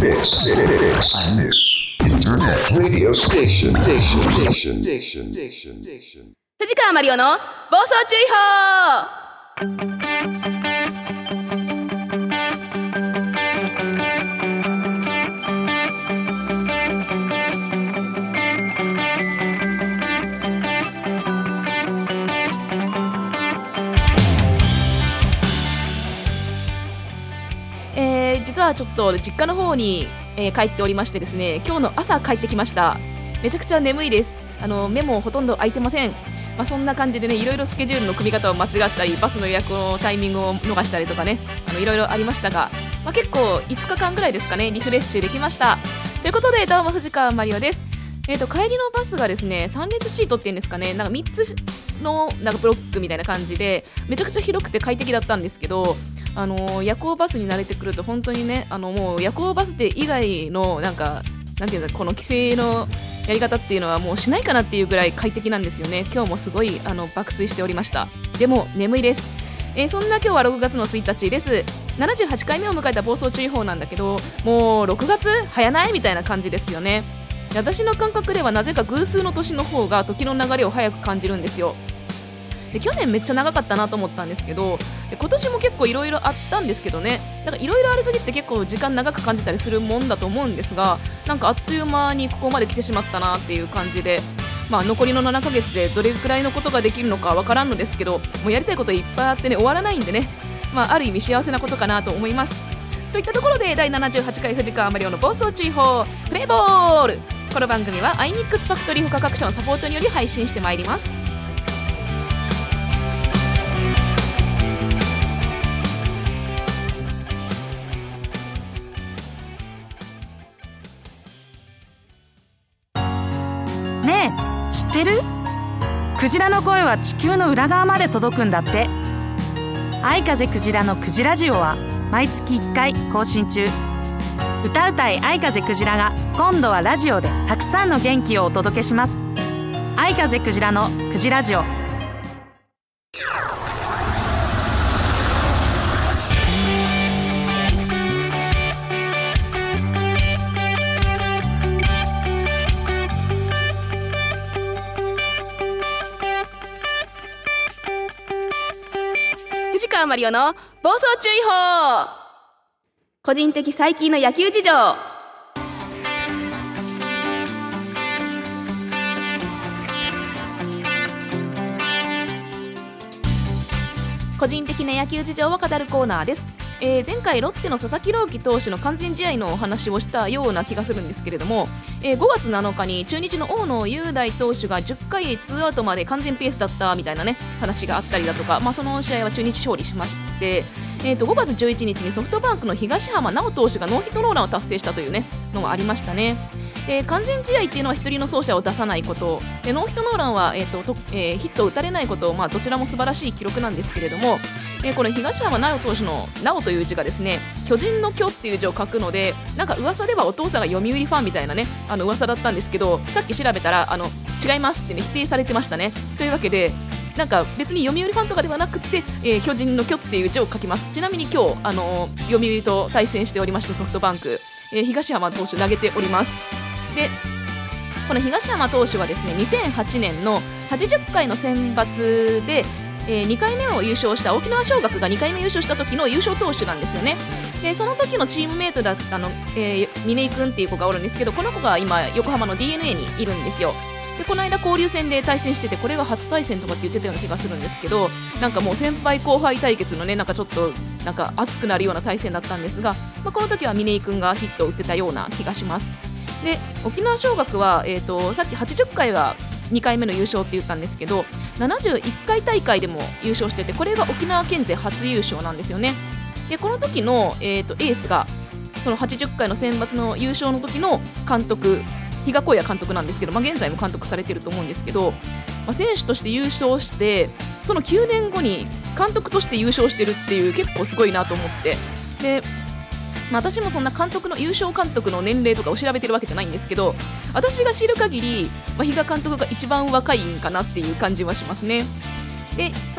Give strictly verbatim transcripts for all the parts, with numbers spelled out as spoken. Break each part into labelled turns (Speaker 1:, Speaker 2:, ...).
Speaker 1: Internet radio station. Station. Station. Station. Station. Station.
Speaker 2: 藤川マリオの暴走注意報。えー、実はちょっと実家の方に、えー、帰っておりましてですね、今日の朝帰ってきました。めちゃくちゃ眠いです。あの目もほとんど開いてません。まあ、そんな感じでね、いろいろスケジュールの組み方を間違ったり、バスの予約のタイミングを逃したりとかね、あのいろいろありましたが、まあ、結構いつかかんぐらいですかね、リフレッシュできました。ということで、どうも藤川マリオです。えーと、帰りのバスがですね、さん列シートっていうんですかね、なんかみっつのなんかブロックみたいな感じで、めちゃくちゃ広くて快適だったんですけど、あのー、夜行バスに慣れてくると本当にね、あのもう夜行バスで以外のなんかなんていうんだ、この規制のやり方っていうのはもうしないかなっていうぐらい快適なんですよね。今日もすごいあの爆睡しておりました。でも眠いです。えー、そんな今日はろくがつのついたちです。ななじゅうはちかいめを迎えた暴走注意報なんだけど、もうろくがつ早ないみたいな感じですよね。私の感覚ではなぜか偶数の年の方が時の流れを早く感じるんですよ。で去年めっちゃ長かったなと思ったんですけど、今年も結構いろいろあったんですけどね、なんかいろいろある時って結構時間長く感じたりするもんだと思うんですが、なんかあっという間にここまで来てしまったなっていう感じで、まあ残りのななかげつでどれくらいのことができるのかわからんのですけど、もうやりたいこといっぱいあってね、終わらないんでね、まあある意味幸せなことかなと思います。といったところで、だいななじゅうはちかい藤川マリオの暴走注意報プレイボール。この番組は アイミックス ファクトリー他各社のサポートにより配信してまいります。
Speaker 3: ねえ、知ってる？クジラの声は地球の裏側まで届くんだって。愛風クジラのクジラジオは毎月いっかい更新中。歌うたい愛風クジラが今度はラジオでたくさんの元気をお届けします。愛風クジラのクジラジオ。
Speaker 2: 藤川マリオの暴走注意報。個人的最近の野球事情。個人的な野球事情を語るコーナーです。えー、前回ロッテの佐々木朗希投手の完全試合のお話をしたような気がするんですけれども、えー、ごがつなのかに中日の大野雄大投手がじゅっかいツーアウトまで完全ペースだったみたいなね話があったりだとか、まあ、その試合は中日勝利しまして、えー、とごがつじゅういちにちにソフトバンクの東浜直投手がノーヒットノーランを達成したというねのがありましたね。で完全試合っていうのは一人の走者を出さないことで、ノーヒットノーランは、えーととえー、ヒットを打たれないこと、まあ、どちらも素晴らしい記録なんですけれども、えー、この東浜直投手の直という字がですね、巨人の巨っていう字を書くので、なんか噂ではお父さんが読売ファンみたいなねあの噂だったんですけど、さっき調べたらあの違いますってね否定されてましたね。というわけでなんか別に読売ファンとかではなくて、えー、巨人の巨っていう字を書きます。ちなみに今日、あのー、読売と対戦しておりまして、ソフトバンク、えー、東浜投手投げております。でこの東浜投手はですねにせんはちねんのはちじゅっかいの選抜で、えー、にかいめを優勝した沖縄尚学がにかいめ優勝した時の優勝投手なんですよね。でその時のチームメイトだったの、えー、峰井くんっていう子がおるんですけど、この子が今横浜の ディーエヌエー にいるんですよ。でこの間交流戦で対戦してて、これが初対戦とかって言ってたような気がするんですけど、なんかもう先輩後輩対決のねなんかちょっとなんか熱くなるような対戦だったんですが、まあ、この時は峰井くんがヒットを打ってたような気がします。で沖縄尚学は、えー、とさっきはちじゅっかいはにかいめの優勝って言ったんですけど、ななじゅういっかい大会でも優勝してて、これが沖縄県勢初優勝なんですよね。でこの時の、えー、とエースがそのはちじゅっかいの選抜の優勝の時の監督、比嘉公也監督なんですけど、まあ、現在も監督されてると思うんですけど、まあ、選手として優勝してそのきゅうねんごに監督として優勝してるっていう結構すごいなと思って、でまあ、私もそんな監督の優勝監督の年齢とかを調べてるわけじゃないんですけど、私が知る限り、まあ、比嘉監督が一番若いんかなっていう感じはしますね。でその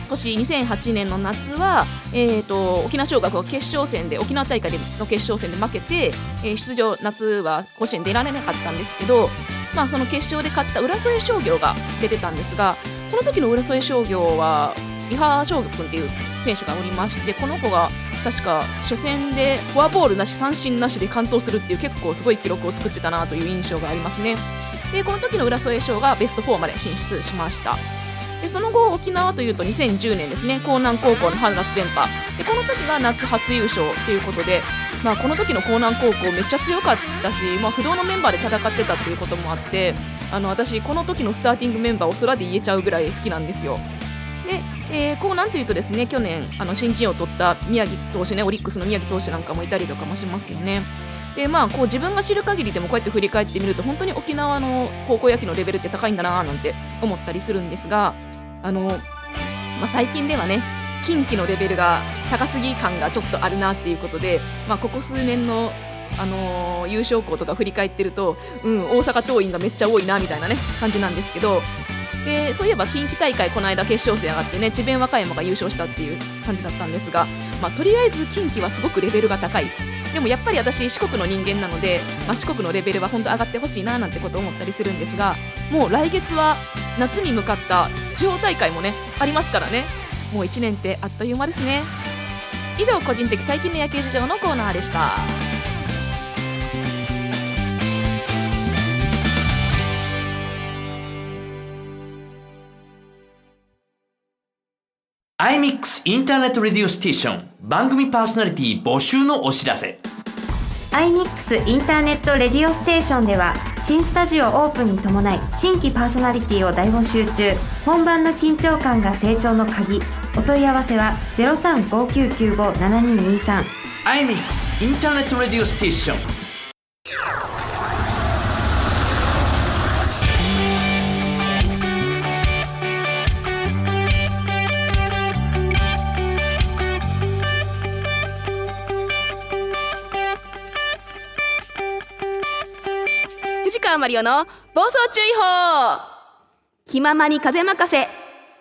Speaker 2: 年にせんはちねんの夏は、えー、と沖縄尚学は決勝戦で沖縄大会での決勝戦で負けて、えー、出場夏は甲子園出られなかったんですけど、まあ、その決勝で勝った浦添商業が出てたんですが、この時の浦添商業は伊波翔君っていう選手がおりまして、この子が確か初戦でフォアボールなし三振なしで完投するっていう結構すごい記録を作ってたなという印象がありますね。でこの時の浦添商がベストフォーまで進出しました。でその後沖縄というとにせんじゅうねんですね、江南高校の春夏連覇で、この時が夏初優勝ということで、まあ、この時の江南高校めっちゃ強かったし、まあ、不動のメンバーで戦ってたっていうこともあって、あの私この時のスターティングメンバーを空で言えちゃうぐらい好きなんですよ。で、えー、江南というとですね、去年あの新人王を取った宮城投手ね、オリックスの宮城投手なんかもいたりとかもしますよね。でまあ、こう自分が知る限りでもこうやって振り返ってみると本当に沖縄の高校野球のレベルって高いんだななんて思ったりするんですが、あの、まあ、最近ではね近畿のレベルが高すぎ感がちょっとあるなっていうことで、まあ、ここ数年の、あのー、優勝校とか振り返ってると、うん、大阪桐蔭がめっちゃ多いなみたいなね感じなんですけど、でそういえば近畿大会この間決勝戦上がってね、智弁和歌山が優勝したっていう感じだったんですが、まあ、とりあえず近畿はすごくレベルが高い。でもやっぱり私四国の人間なので、まあ、四国のレベルは本当上がってほしいななんてことを思ったりするんですが、もう来月は夏に向かった地方大会もねありますからね、もういちねんってあっという間ですね。以上、個人的最近の野球事情のコーナーでした。
Speaker 4: アイミックス インターネットレディオステーション番組パーソナリティ募集のお知らせ。
Speaker 5: アイミックス インターネットレディオステーションでは新スタジオオープンに伴い新規パーソナリティを大募集中。本番の緊張感が成長の鍵。お問い合わせは ゼロさん ごきゅうきゅうご ななににさん。
Speaker 4: アイミックス インターネットレディオステーション。
Speaker 2: 藤川マリオの暴走注意報。気ままに風任せ。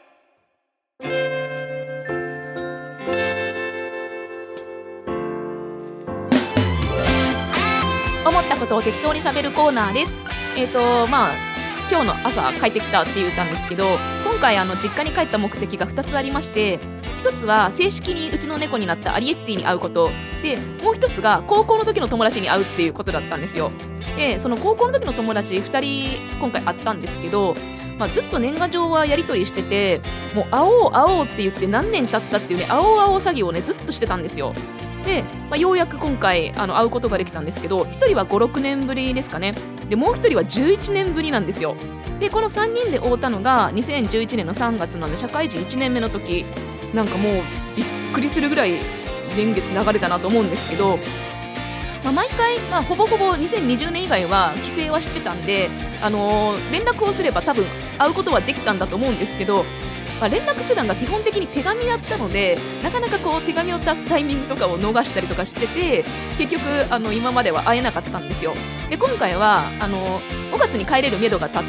Speaker 2: 思ったことを適当に喋るコーナーです。えーとまあ今日の朝帰ってきたって言ったんですけど、今回あの実家に帰った目的がふたつありまして、ひとつは正式にうちの猫になったアリエッティに会うことで、もうひとつが高校の時の友達に会うっていうことだったんですよ。でその高校の時の友達ふたり今回会ったんですけど、まあ、ずっと年賀状はやり取りしてて、もう会おう会おうって言って何年経ったっていうね、会おう会おう詐欺をねずっとしてたんですよ。で、まあ、ようやく今回あの会うことができたんですけど、ひとりはごろくねんぶりですかね。でもうひとりはじゅういちねんぶりなんですよ。でこのさんにんで会ったのがにせんじゅういちねんのさんがつなので、社会人いちねんめの時、なんかもうびっくりするぐらい年月流れたなと思うんですけど、まあ、毎回、まあ、ほぼほぼにせんにじゅうねん以外は帰省は知ってたんで、あのー、連絡をすれば多分会うことはできたんだと思うんですけど、まあ、連絡手段が基本的に手紙だったので、なかなかこう手紙を出すタイミングとかを逃したりとかしてて、結局あの今までは会えなかったんですよ。で今回はあのごがつに帰れるめどが立って、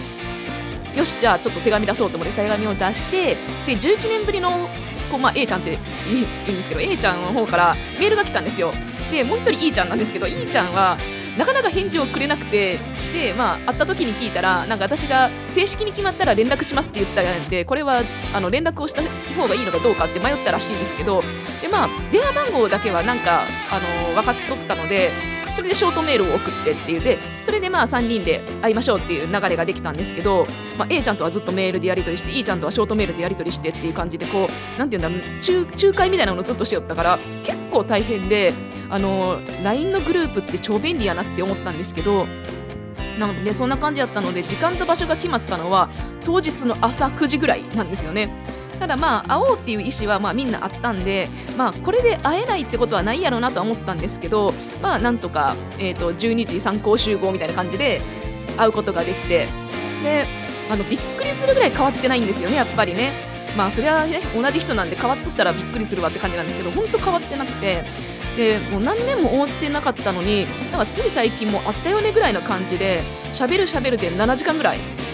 Speaker 2: よしじゃあちょっと手紙出そうと思って手紙を出して、でじゅういちねんぶりのこう、まあ、A ちゃんって言うんですけど、 A ちゃんの方からメールが来たんですよ。でもう一人 E ちゃんなんですけど、 E ちゃんはなかなか返事をくれなくて、でまあ会った時に聞いたら、なんか私が正式に決まったら連絡しますって言ったんで、これはあの連絡をした方がいいのかどうかって迷ったらしいんですけど、でまあ電話番号だけはなんかあの分かっとったので、それでショートメールを送ってっていうで、それでまあさんにんで会いましょうっていう流れができたんですけど、まあ、A ちゃんとはずっとメールでやり取りして、E ちゃんとはショートメールでやり取りしてっていう感じで、こうなんていうんだろう、中仲介みたいなのをずっとしてよったから結構大変で、あの ライン のグループって超便利やなって思ったんですけど、なのでそんな感じだったので、時間と場所が決まったのは当日の朝くじぐらいなんですよね。ただまあ会おうっていう意思はまあみんなあったんで、まあこれで会えないってことはないやろうなとは思ったんですけど、まあなんとか、えーとじゅうにじ参考集合みたいな感じで会うことができて、であのびっくりするぐらい変わってないんですよね、やっぱりね。まあそりゃね同じ人なんで変わっとったらびっくりするわって感じなんですけど、本当変わってなくて、でもう何年も会ってなかったのに、なんかつい最近も会ったよねぐらいな感じで、喋る喋るでななじかんぐらい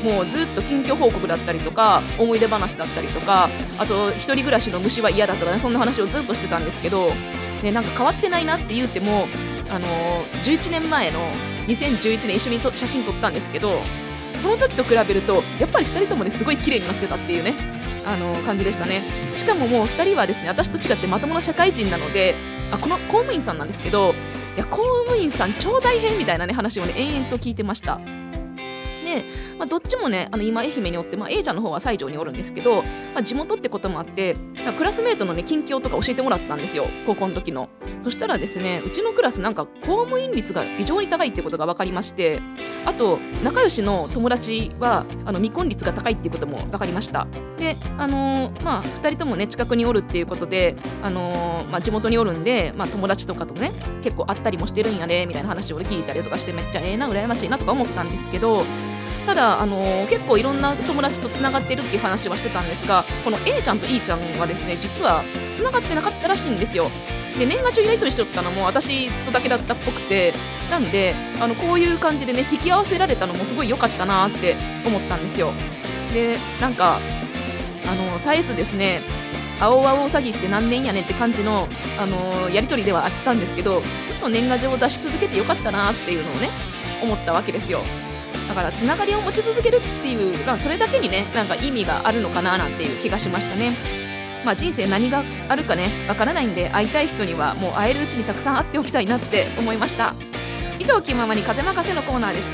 Speaker 2: もうずっと近況報告だったりとか思い出話だったりとか、あと一人暮らしの虫は嫌だとかね、そんな話をずっとしてたんですけど、ね、なんか変わってないなって言っても、あのー、じゅういちねんまえのにせんじゅういちねん一緒にと写真撮ったんですけど、その時と比べるとやっぱりふたりともねすごい綺麗になってたっていうね、あのー、感じでしたね。しかももうふたりはですね、私と違ってまともな社会人なので、あこの公務員さんなんですけど、いや公務員さん超大変みたいなね話をね延々と聞いてました。で、まあ、どっちもねあの今愛媛におって、まあ、A ちゃんの方は西条におるんですけど、まあ、地元ってこともあってクラスメートのね近況とか教えてもらったんですよ、高校の時の。そしたらですね、うちのクラスなんか公務員率が異常に高いってことが分かりまして、あと仲良しの友達はあの未婚率が高いっていうことも分かりました。で、あのー、まあふたりともね近くにおるっていうことで、あのーまあ、地元におるんで、まあ、友達とかとね結構会ったりもしてるんやねみたいな話を俺聞いたりとかして、めっちゃええな羨ましいなとか思ったんですけど、ただ、あのー、結構いろんな友達とつながってるっていう話はしてたんですが、この A ちゃんと E ちゃんはですね実はつながってなかったらしいんですよ。で、年賀状やり取りしとったのも私とだけだったっぽくて、なんであのこういう感じでね引き合わせられたのもすごい良かったなって思ったんですよ。で、なんかあの絶えずですね青々詐欺して何年やねんって感じの、あのー、やり取りではあったんですけど、ずっと年賀状を出し続けてよかったなっていうのをね思ったわけですよ。だからつながりを持ち続けるっていう、まあ、それだけにねなんか意味があるのかななんていう気がしましたね。まあ人生何があるかねわからないんで、会いたい人にはもう会えるうちにたくさん会っておきたいなって思いました。以上、気ままに風任せのコーナーでした。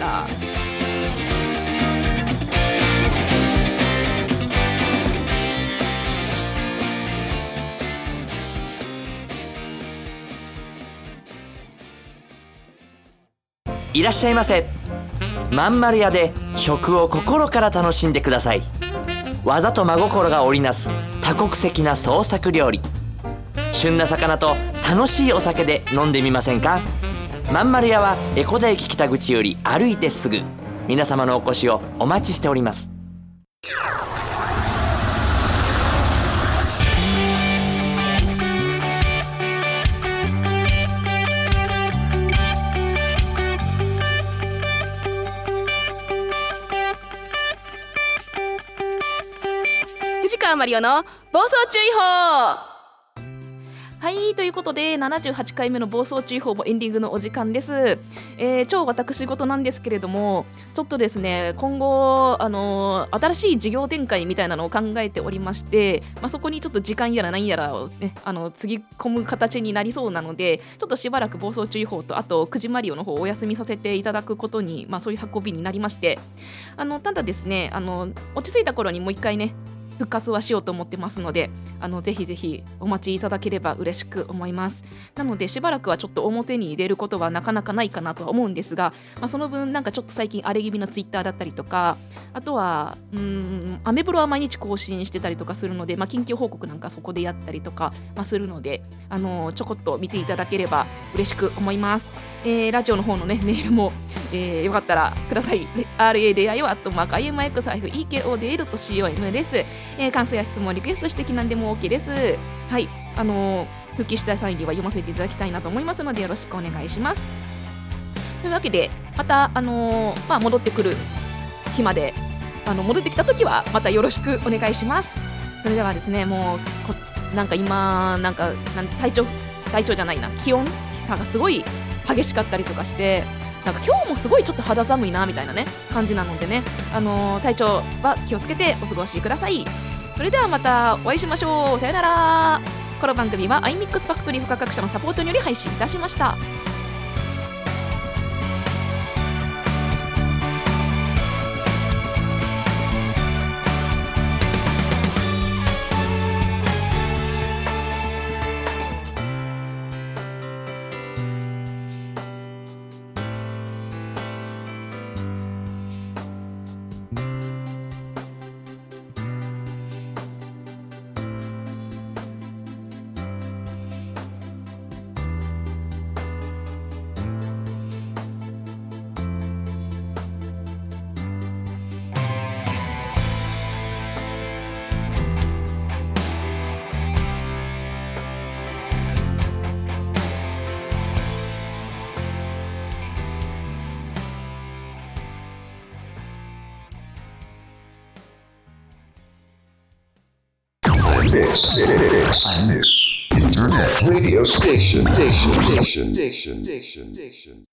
Speaker 4: いらっしゃいませ。まんまる屋で食を心から楽しんでください。技と真心が織りなす多国籍な創作料理。旬な魚と楽しいお酒で飲んでみませんか。まんまる屋は江古田駅北口より歩いてすぐ。皆様のお越しをお待ちしております。
Speaker 2: 藤川マリオの暴走注意報。はい、ということでななじゅうはちかいめの暴走注意報もエンディングのお時間です。えー、超私事なんですけれども、ちょっとですね今後、あのー、新しい事業展開みたいなのを考えておりまして、まあ、そこにちょっと時間やら何やらを、ね、あのつぎ込む形になりそうなので、ちょっとしばらく暴走注意報とあとくじマリオの方をお休みさせていただくことに、まあ、そういう運びになりまして、あのただですねあの落ち着いた頃にもう一回ね復活はしようと思ってますので、あのぜひぜひお待ちいただければ嬉しく思います。なのでしばらくはちょっと表に出ることはなかなかないかなとは思うんですが、まあ、その分なんかちょっと最近荒れ気味のツイッターだったりとか、あとはうーんアメブロは毎日更新してたりとかするので、まあ、近況報告なんかそこでやったりとか、まあ、するので、あのちょこっと見ていただければ嬉しく思います。えー、ラジオの方のねメールも、えー、よかったらください。 アールエーディーアイオー アットマーク アイエムアイエックス イーケーオーディーエル ドット コム です。えー、感想や質問リクエスト指摘なんでも OK です。はい、あのー、復帰した際には読ませていただきたいなと思いますのでよろしくお願いします。というわけでまた、あのーまあ、戻ってくる日まで、あの戻ってきた時はまたよろしくお願いします。それではですね、もうこなんか今なんかなん体調体調じゃないな気温差がすごい激しかったりとかして、なんか今日もすごいちょっと肌寒いなみたいなね感じなのでね、あのー、体調は気をつけてお過ごしください。それではまたお会いしましょう。さよなら。この番組は アイミックス ファクトリー他各社のサポートにより配信いたしました。
Speaker 1: this, this, this Internet radio station, station, station, station, station, station.